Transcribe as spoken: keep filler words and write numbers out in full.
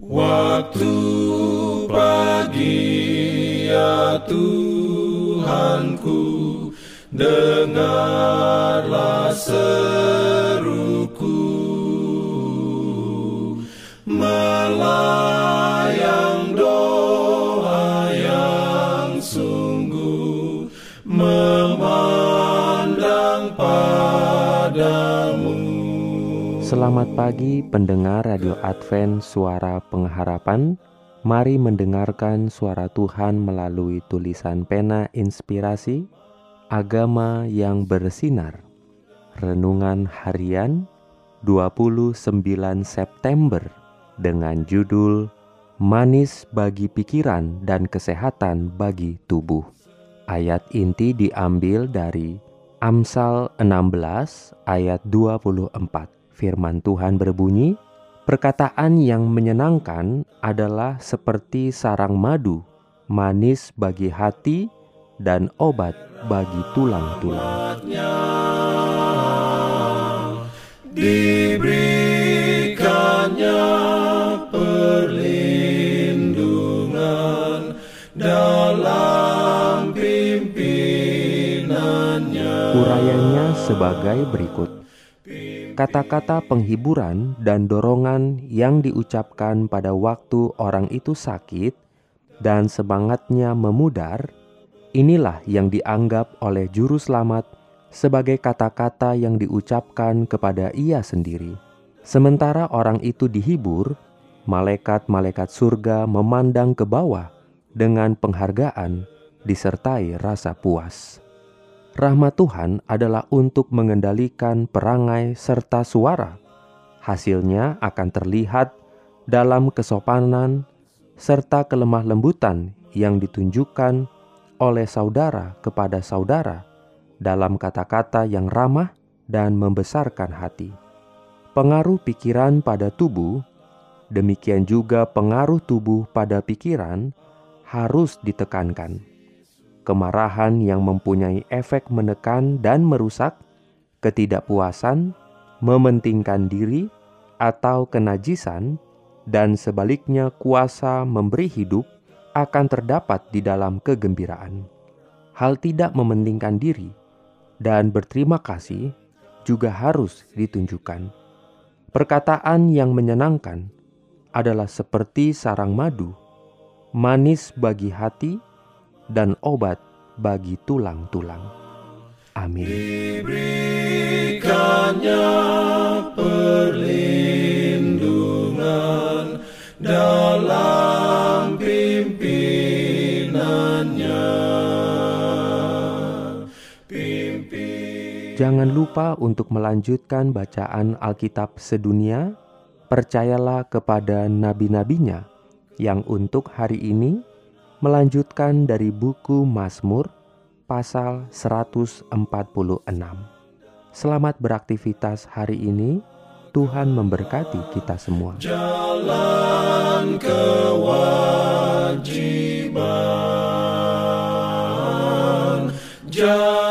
Waktu pagi ya Tuhanku, dengarlah seruku, melayang doa yang sungguh, memandang padamu. Selamat pagi pendengar Radio Advent Suara Pengharapan. Mari mendengarkan suara Tuhan melalui tulisan pena inspirasi Agama yang Bersinar. Renungan harian dua puluh sembilan September dengan judul Manis bagi pikiran dan kesehatan bagi tubuh. Ayat inti diambil dari Amsal enam belas ayat dua puluh empat. Firman Tuhan berbunyi, perkataan yang menyenangkan adalah seperti sarang madu, manis bagi hati dan obat bagi tulang-tulang. Diberikannya perlindungan dalam pimpinannya. Urayanya sebagai berikut. Kata-kata penghiburan dan dorongan yang diucapkan pada waktu orang itu sakit dan semangatnya memudar, inilah yang dianggap oleh juru selamat sebagai kata-kata yang diucapkan kepada ia sendiri. Sementara orang itu dihibur, malaikat-malaikat surga memandang ke bawah dengan penghargaan disertai rasa puas. Rahmat Tuhan adalah untuk mengendalikan perangai serta suara. Hasilnya akan terlihat dalam kesopanan serta kelemah lembutan yang ditunjukkan oleh saudara kepada saudara dalam kata-kata yang ramah dan membesarkan hati. Pengaruh pikiran pada tubuh, demikian juga pengaruh tubuh pada pikiran harus ditekankan. Kemarahan yang mempunyai efek menekan dan merusak, ketidakpuasan, mementingkan diri, atau kenajisan, dan sebaliknya kuasa memberi hidup akan terdapat di dalam kegembiraan. Hal tidak mementingkan diri dan berterima kasih juga harus ditunjukkan. Perkataan yang menyenangkan adalah seperti sarang madu, manis bagi hati, dan obat bagi tulang-tulang. Amin. Diberikannya perlindungan dalam pimpinannya. Pimpin... Jangan lupa untuk melanjutkan bacaan Alkitab sedunia. Percayalah kepada nabi-nabinya yang untuk hari ini melanjutkan dari buku Mazmur pasal seratus empat puluh enam. Selamat beraktivitas hari ini. Tuhan memberkati kita semua. Jalan kewajiban, jalan